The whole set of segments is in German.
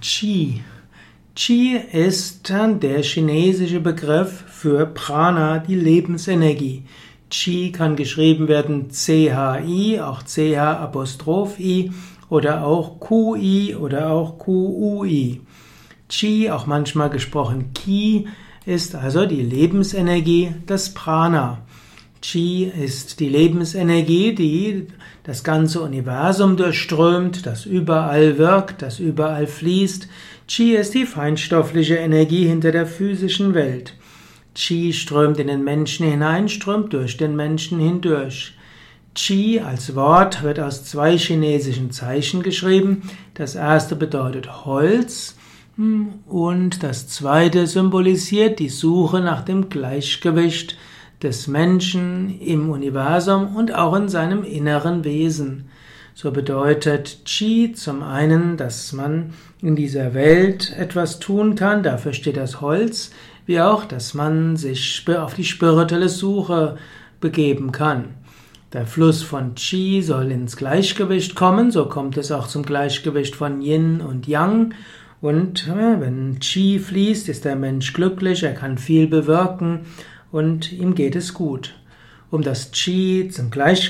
Qi. Qi ist der chinesische Begriff für Prana, die Lebensenergie. Qi kann geschrieben werden CHI, auch CH''I oder auch QI oder auch QUI. Qi, auch manchmal gesprochen Qi, ist also die Lebensenergie des Prana. Qi ist die Lebensenergie, die das ganze Universum durchströmt, das überall wirkt, das überall fließt. Qi ist die feinstoffliche Energie hinter der physischen Welt. Qi strömt in den Menschen hinein, strömt durch den Menschen hindurch. Qi als Wort wird aus 2 chinesischen Zeichen geschrieben. Das erste bedeutet Holz und das zweite symbolisiert die Suche nach dem Gleichgewicht des Menschen im Universum und auch in seinem inneren Wesen. So bedeutet Qi zum einen, dass man in dieser Welt etwas tun kann, dafür steht das Holz, wie auch, dass man sich auf die spirituelle Suche begeben kann. Der Fluss von Qi soll ins Gleichgewicht kommen, so kommt es auch zum Gleichgewicht von Yin und Yang. Und wenn Qi fließt, ist der Mensch glücklich, er kann viel bewirken und ihm geht es gut. Um das Qi zum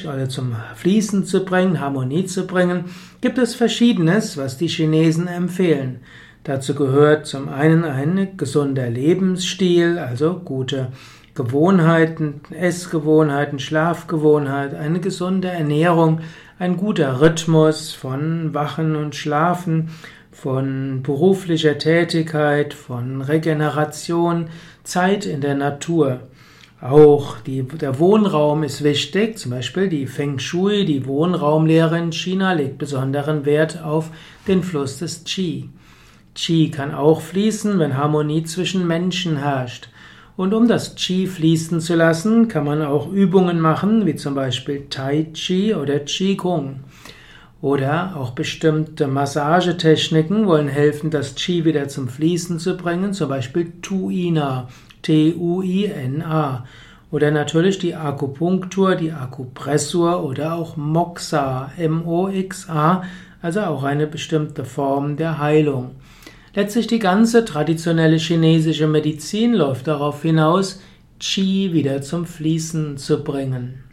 Fließen zu bringen, Harmonie zu bringen, gibt es Verschiedenes, was die Chinesen empfehlen. Dazu gehört zum einen ein gesunder Lebensstil, also gute Gewohnheiten, Essgewohnheiten, Schlafgewohnheiten, eine gesunde Ernährung, ein guter Rhythmus von Wachen und Schlafen, von beruflicher Tätigkeit, von Regeneration, Zeit in der Natur. Auch der Wohnraum ist wichtig, zum Beispiel die Feng Shui, die Wohnraumlehre in China, legt besonderen Wert auf den Fluss des Qi. Qi kann auch fließen, wenn Harmonie zwischen Menschen herrscht. Und um das Qi fließen zu lassen, kann man auch Übungen machen, wie zum Beispiel Tai Chi oder Qigong. Oder auch bestimmte Massagetechniken wollen helfen, das Qi wieder zum Fließen zu bringen, zum Beispiel Tuina, Tuina. Oder natürlich die Akupunktur, die Akupressur oder auch Moxa, Moxa, also auch eine bestimmte Form der Heilung. Letztlich die ganze traditionelle chinesische Medizin läuft darauf hinaus, Qi wieder zum Fließen zu bringen.